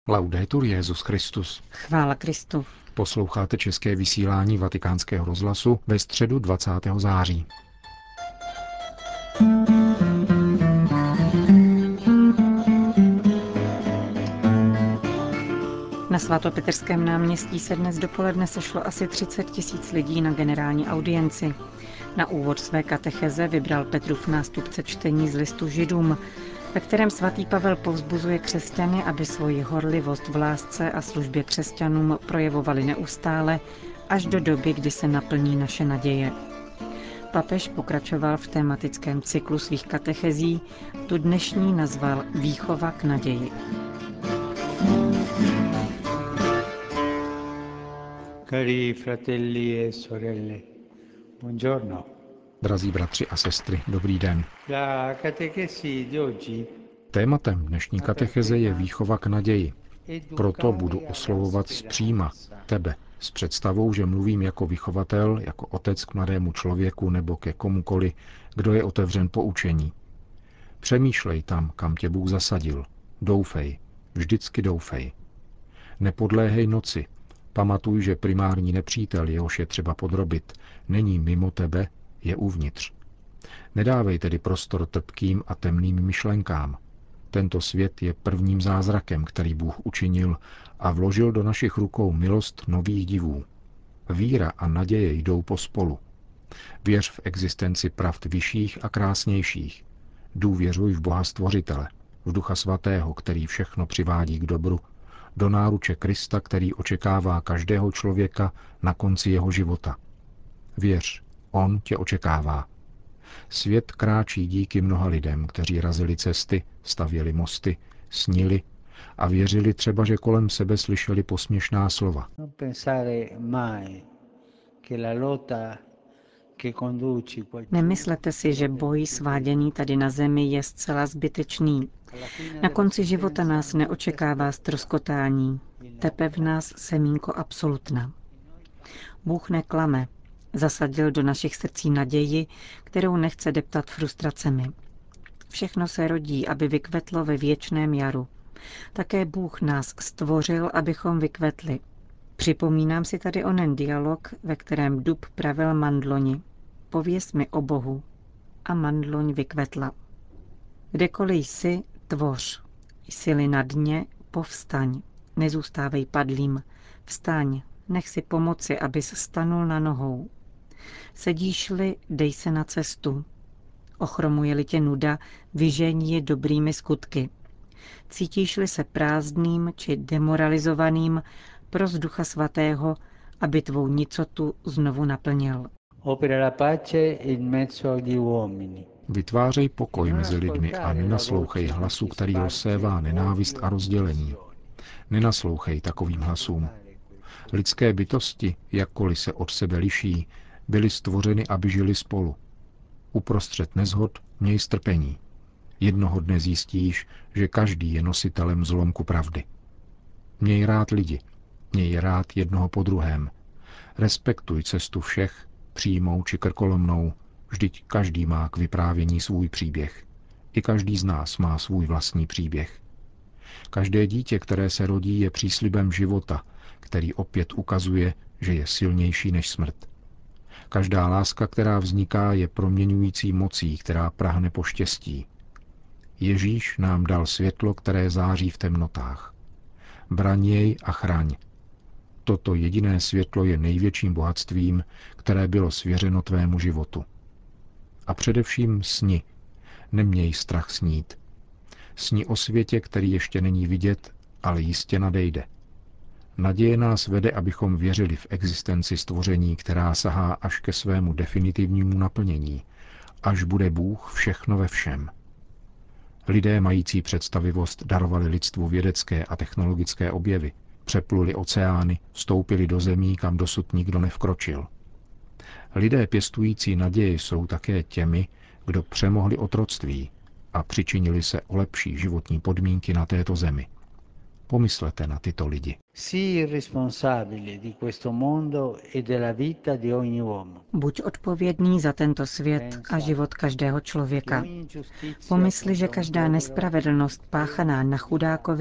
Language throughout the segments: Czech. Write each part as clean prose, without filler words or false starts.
Laudetur Jesus Christus. Chvála Kristu. Posloucháte české vysílání Vatikánského rozhlasu ve středu 20. září. Na svatopetrském náměstí se dnes dopoledne sešlo asi 30 000 lidí na generální audienci. Na úvod své katecheze vybral Petrův nástupce čtení z listu Židům, ve kterém svatý Pavel povzbuzuje křesťany, aby svoji horlivost v lásce a službě křesťanům projevovali neustále, až do doby, kdy se naplní naše naděje. Papež pokračoval v tematickém cyklu svých katechezí, tu dnešní nazval Výchova k naději. Cari fratelli e sorelle, buongiorno. Drazí bratři a sestry, dobrý den. La catechesi di oggi Tématem dnešní katecheze je výchova k naději. Proto budu oslovovat zpříma tebe s představou, že mluvím jako vychovatel, jako otec k mladému člověku nebo ke komukoli, kdo je otevřen poučení. Přemýšlej tam, kam tě Bůh zasadil. Doufej, vždycky doufej. Nepodléhej noci. Pamatuj, že primární nepřítel, jehož je třeba podrobit, není mimo tebe, je uvnitř. Nedávej tedy prostor trpkým a temným myšlenkám. Tento svět je prvním zázrakem, který Bůh učinil a vložil do našich rukou milost nových divů. Víra a naděje jdou pospolu. Věř v existenci pravd vyšších a krásnějších. Důvěřuj v Boha Stvořitele, v Ducha Svatého, který všechno přivádí k dobru, do náruče Krista, který očekává každého člověka na konci jeho života. Věř, on tě očekává. Svět kráčí díky mnoha lidem, kteří razili cesty, stavěli mosty, snili a věřili třeba, že kolem sebe slyšeli posměšná slova. Nemyslete si, že boj sváděný tady na zemi je zcela zbytečný. Na konci života nás neočekává ztroskotání. Tepe v nás semínko absolutna. Bůh neklame. Zasadil do našich srdcí naději, kterou nechce deptat frustracemi. Všechno se rodí, aby vykvetlo ve věčném jaru. Také Bůh nás stvořil, abychom vykvetli. Připomínám si tady onen dialog, ve kterém dub pravil mandloni. Pověz mi o Bohu. A mandloň vykvetla. Kdekoliv jsi, tvoř. Jsi-li na dně, povstaň. Nezůstávej padlým. Vstaň, nech si pomoci, abys stanul na nohou. Sedíš-li, dej se na cestu. Ochromuje-li tě nuda, vyžeň ji dobrými skutky. Cítíš-li se prázdným či demoralizovaným, pros Ducha Svatého, aby tvou nicotu znovu naplnil. Vytvářej pokoj mezi lidmi a nenaslouchej hlasu, který rozsévá nenávist a rozdělení. Nenaslouchej takovým hlasům. Lidské bytosti, jakkoliv se od sebe liší, byly stvořeny, aby žili spolu. Uprostřed neshod měj strpení. Jednoho dne zjistíš, že každý je nositelem zlomku pravdy. Měj rád lidi, měj rád jednoho po druhém. Respektuj cestu všech, přímou či krkolomnou, vždyť každý má k vyprávění svůj příběh. I každý z nás má svůj vlastní příběh. Každé dítě, které se rodí, je příslibem života, který opět ukazuje, že je silnější než smrt. Každá láska, která vzniká, je proměňující mocí, která prahne po štěstí. Ježíš nám dal světlo, které září v temnotách. Braň jej a chraň. Toto jediné světlo je největším bohatstvím, které bylo svěřeno tvému životu. A především sni. Neměj strach snít. Sni o světě, který ještě není vidět, ale jistě nadejde. Naděje nás vede, abychom věřili v existenci stvoření, která sahá až ke svému definitivnímu naplnění, až bude Bůh všechno ve všem. Lidé mající představivost darovali lidstvu vědecké a technologické objevy, přepluli oceány, vstoupili do zemí, kam dosud nikdo nevkročil. Lidé pěstující naději jsou také těmi, kdo přemohli otroctví a přičinili se o lepší životní podmínky na této zemi. Pomyslete na tyto lidi. Buď odpovědný za tento svět a život každého člověka. Pomysli, že každá nespravedlnost páchaná na chudákovi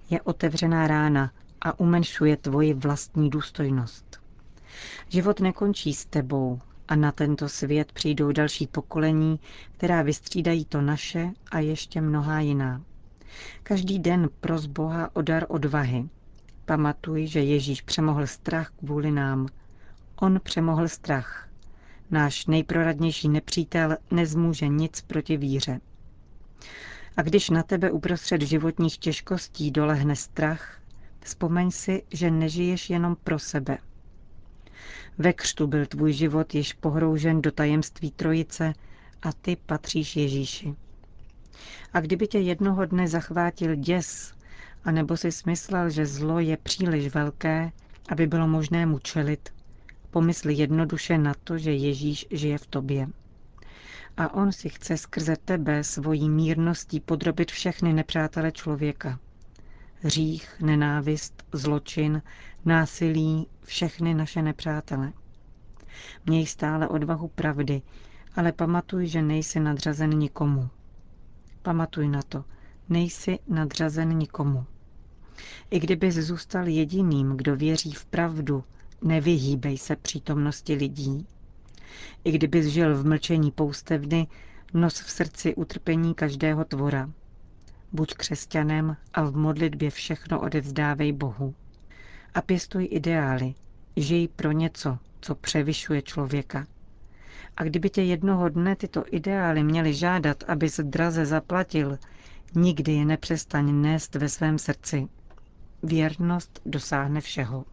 Je otevřená rána a umenšuje tvoji vlastní důstojnost. Život nekončí s tebou a na tento svět přijdou další pokolení, která vystřídají to naše a ještě mnohá jiná. Každý den pros Boha o dar odvahy. Pamatuj, že Ježíš přemohl strach kvůli nám. On přemohl strach. Náš nejproradnější nepřítel nezmůže nic proti víře. A když na tebe uprostřed životních těžkostí dolehne strach, vzpomeň si, že nežiješ jenom pro sebe. Ve křtu byl tvůj život již pohroužen do tajemství Trojice a ty patříš Ježíši. A kdyby tě jednoho dne zachvátil děs, anebo si smyslel, že zlo je příliš velké, aby bylo možné mu čelit, pomysli jednoduše na to, že Ježíš žije v tobě. A on si chce skrze tebe svojí mírností podrobit všechny nepřátele člověka. Hřích, nenávist, zločin, násilí, všechny naše nepřátele. Měj stále odvahu pravdy, ale pamatuj, že nejsi nadřazen nikomu. Pamatuj na to, nejsi nadřazen nikomu. I kdybys zůstal jediným, kdo věří v pravdu, nevyhýbej se přítomnosti lidí. I kdybys žil v mlčení poustevny, nos v srdci utrpení každého tvora. Buď křesťanem a v modlitbě všechno odevzdávej Bohu. A pěstuj ideály, žij pro něco, co převyšuje člověka. A kdyby tě jednoho dne tyto ideály měly žádat, abys draze zaplatil, nikdy je nepřestaň nést ve svém srdci. Věrnost dosáhne všeho.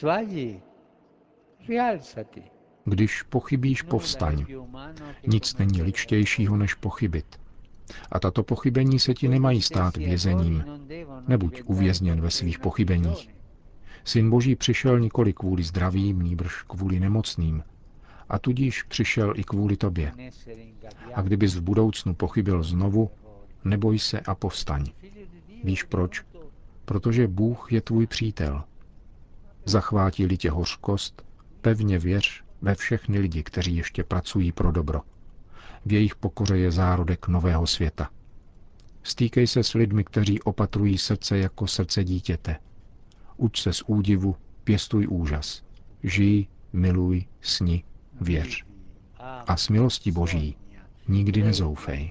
Když pochybíš, povstaň. Nic není ličtějšího, než pochybit. A tato pochybení se ti nemají stát vězením. Nebuď uvězněn ve svých pochybeních. Syn Boží přišel nikoli kvůli zdravým, nýbrž kvůli nemocným. A tudíž přišel i kvůli tobě. A kdybys v budoucnu pochybil znovu, neboj se a povstaň. Víš proč? Protože Bůh je tvůj přítel. Zachvátí-li tě hořkost, pevně věř ve všechny lidi, kteří ještě pracují pro dobro. V jejich pokoře je zárodek nového světa. Stýkej se s lidmi, kteří opatrují srdce jako srdce dítěte. Uč se z údivu, pěstuj úžas. Žij, miluj, sni, věř. A s milostí Boží nikdy nezoufej.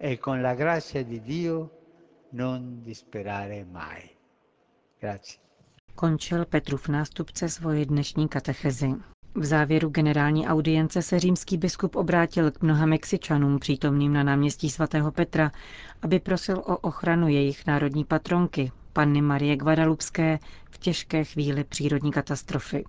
Končil Petrův nástupce svoji dnešní katechezi. V závěru generální audience se římský biskup obrátil k mnoha Mexičanům přítomným na náměstí svatého Petra, aby prosil o ochranu jejich národní patronky, Panny Marie Guadalupské, v těžké chvíli přírodní katastrofy.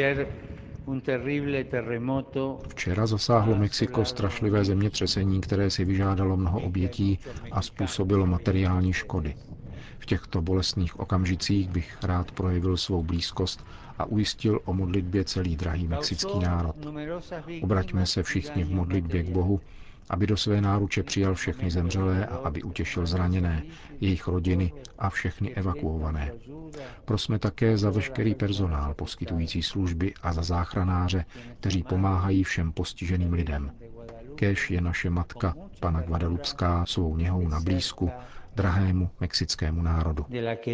Včera zasáhlo Mexiko strašlivé zemětřesení, které si vyžádalo mnoho obětí a způsobilo materiální škody. V těchto bolestných okamžicích bych rád projevil svou blízkost a ujistil o modlitbě celý drahý mexický národ. Obraťme se všichni v modlitbě k Bohu, aby do své náruče přijal všechny zemřelé a aby utěšil zraněné, jejich rodiny a všechny evakuované. Prosme také za veškerý personál poskytující služby a za záchranáře, kteří pomáhají všem postiženým lidem. Kéž je naše matka, Panna Guadalupská, svou něhou na blízku drahému mexickému národu.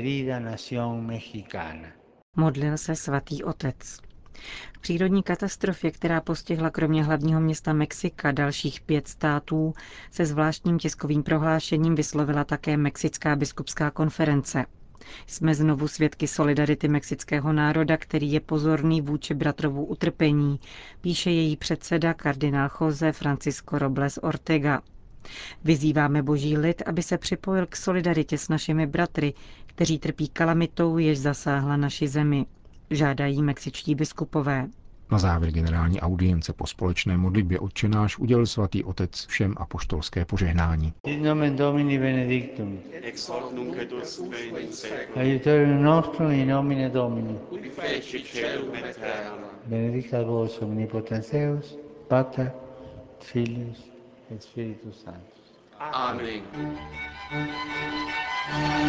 Modlil se svatý otec. V přírodní katastrofě, která postihla kromě hlavního města Mexika dalších 5 států, se zvláštním tiskovým prohlášením vyslovila také Mexická biskupská konference. Jsme znovu svědky solidarity mexického národa, který je pozorný vůči bratrovu utrpení, píše její předseda kardinál José Francisco Robles Ortega. Vyzýváme boží lid, aby se připojil k solidaritě s našimi bratry, kteří trpí kalamitou, jež zasáhla naši zemi, žádají mexičtí biskupové. Na závěr generální audience po společné modlitbě Otčenáš udělil svatý otec všem apoštolské požehnání. Sit nomen Domini benedictum. Ex hoc nunc et usque in seculum. Aiutorium nostrum in nomine Domini. Qui feci caelum et terram. Benedicta vos omnipotens Deus, Pater, Filius et Spiritus Sanctus. Amen.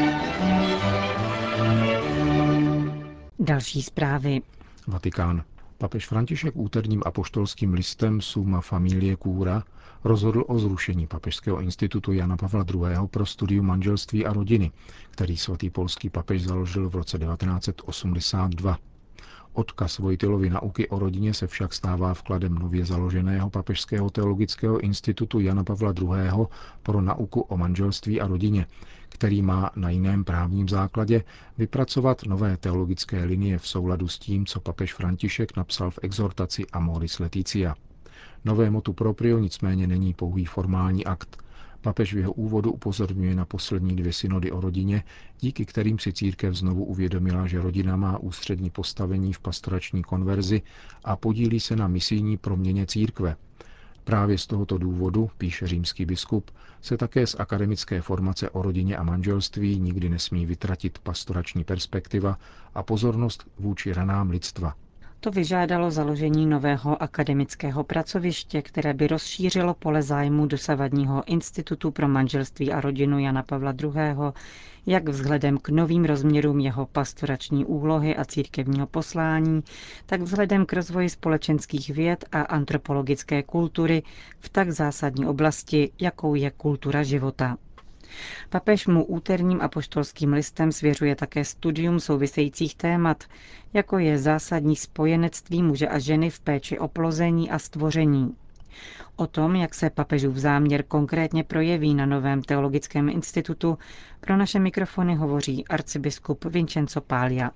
Další zprávy. Vatikán. Papež František úterním apoštolským listem Summa Familiae Cura rozhodl o zrušení Papežského institutu Jana Pavla II. Pro studium manželství a rodiny, který svatý polský papež založil v roce 1982. Odkaz Wojtylovy nauky o rodině se však stává vkladem nově založeného Papežského teologického institutu Jana Pavla II. Pro nauku o manželství a rodině, který má na jiném právním základě vypracovat nové teologické linie v souladu s tím, co papež František napsal v exhortaci Amoris Laetitia. Nové motu proprio nicméně není pouhý formální akt. Papež v jeho úvodu upozorňuje na poslední 2 synody o rodině, díky kterým si církev znovu uvědomila, že rodina má ústřední postavení v pastorační konverzi a podílí se na misijní proměně církve. Právě z tohoto důvodu, píše římský biskup, se také z akademické formace o rodině a manželství nikdy nesmí vytratit pastorační perspektiva a pozornost vůči ranám lidstva. To vyžádalo založení nového akademického pracoviště, které by rozšířilo pole zájmu dosavadního Institutu pro manželství a rodinu Jana Pavla II., jak vzhledem k novým rozměrům jeho pastorační úlohy a církevního poslání, tak vzhledem k rozvoji společenských věd a antropologické kultury v tak zásadní oblasti, jakou je kultura života. Papež mu úterním apoštolským listem svěřuje také studium souvisejících témat, jako je zásadní spojenectví muže a ženy v péči o plození a stvoření. O tom, jak se papežův záměr konkrétně projeví na novém teologickém institutu, pro naše mikrofony hovoří arcibiskup Vincenzo Paglia.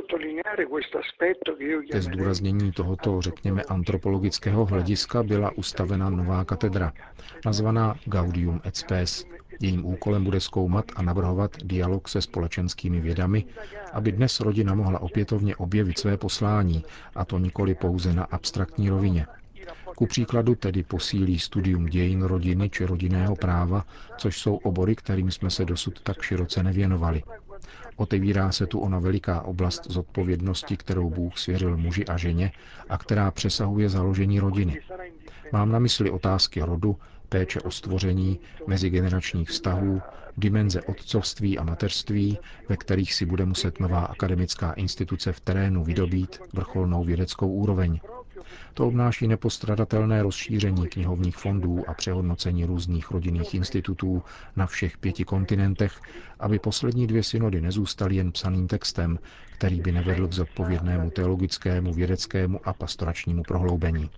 Ke zdůraznění tohoto, řekněme, antropologického hlediska byla ustavena nová katedra, nazvaná Gaudium et Spes. Jejím úkolem bude zkoumat a navrhovat dialog se společenskými vědami, aby dnes rodina mohla opětovně objevit své poslání, a to nikoli pouze na abstraktní rovině. Ku příkladu tedy posílí studium dějin rodiny či rodinného práva, což jsou obory, kterým jsme se dosud tak široce nevěnovali. Otevírá se tu ona veliká oblast zodpovědnosti, kterou Bůh svěřil muži a ženě a která přesahuje založení rodiny. Mám na mysli otázky rodu, péče o stvoření, mezigeneračních vztahů, dimenze otcovství a mateřství, ve kterých si bude muset nová akademická instituce v terénu vydobít vrcholnou vědeckou úroveň. To obnáší nepostradatelné rozšíření knihovních fondů a přehodnocení různých rodinných institutů na všech 5 kontinentech, aby poslední 2 synody nezůstaly jen psaným textem, který by nevedl k zodpovědnému teologickému, vědeckému a pastoračnímu prohloubení.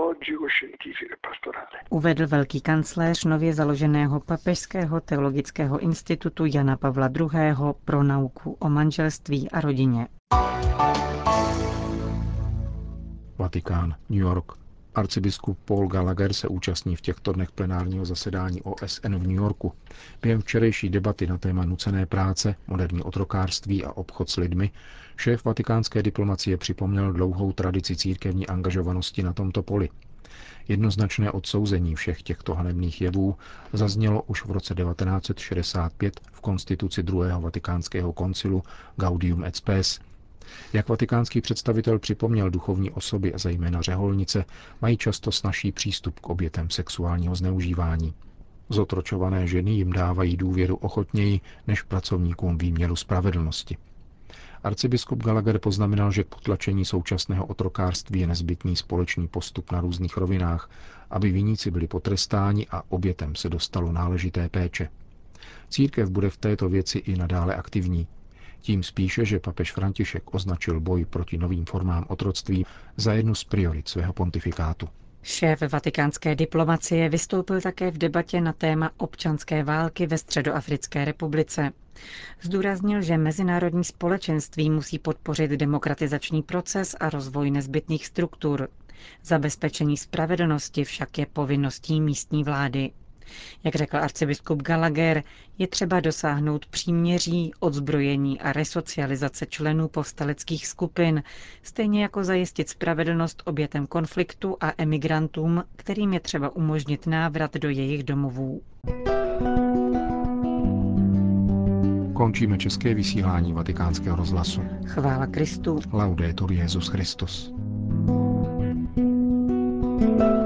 Uvedl velký kancléř nově založeného Papežského teologického institutu Jana Pavla II. Pro nauku o manželství a rodině. Vatikán, New York. Arcibiskup Paul Gallagher se účastní v těchto dnech plenárního zasedání OSN v New Yorku. Během včerejší debaty na téma nucené práce, moderní otrokárství a obchod s lidmi šéf vatikánské diplomacie připomněl dlouhou tradici církevní angažovanosti na tomto poli. Jednoznačné odsouzení všech těchto hanebných jevů zaznělo už v roce 1965 v konstituci druhého vatikánského koncilu Gaudium et Spes. Jak vatikánský představitel připomněl, duchovní osoby a zejména řeholnice mají často snazší přístup k obětem sexuálního zneužívání. Zotročované ženy jim dávají důvěru ochotněji než pracovníkům výměru spravedlnosti. Arcibiskup Gallagher poznamenal, že k potlačení současného otrokárství je nezbytný společný postup na různých rovinách, aby viníci byli potrestáni a obětem se dostalo náležité péče. Církev bude v této věci i nadále aktivní. Tím spíše, že papež František označil boj proti novým formám otroctví za jednu z priorit svého pontifikátu. Šéf vatikánské diplomacie vystoupil také v debatě na téma občanské války ve Středoafrické republice. Zdůraznil, že mezinárodní společenství musí podpořit demokratizační proces a rozvoj nezbytných struktur. Zabezpečení spravedlnosti však je povinností místní vlády. Jak řekl arcibiskup Gallagher, je třeba dosáhnout příměří, odzbrojení a resocializace členů povstaleckých skupin, stejně jako zajistit spravedlnost obětem konfliktu a emigrantům, kterým je třeba umožnit návrat do jejich domovů. Končíme české vysílání Vatikánského rozhlasu. Chvála Kristu. Laudetur Jesus Christus.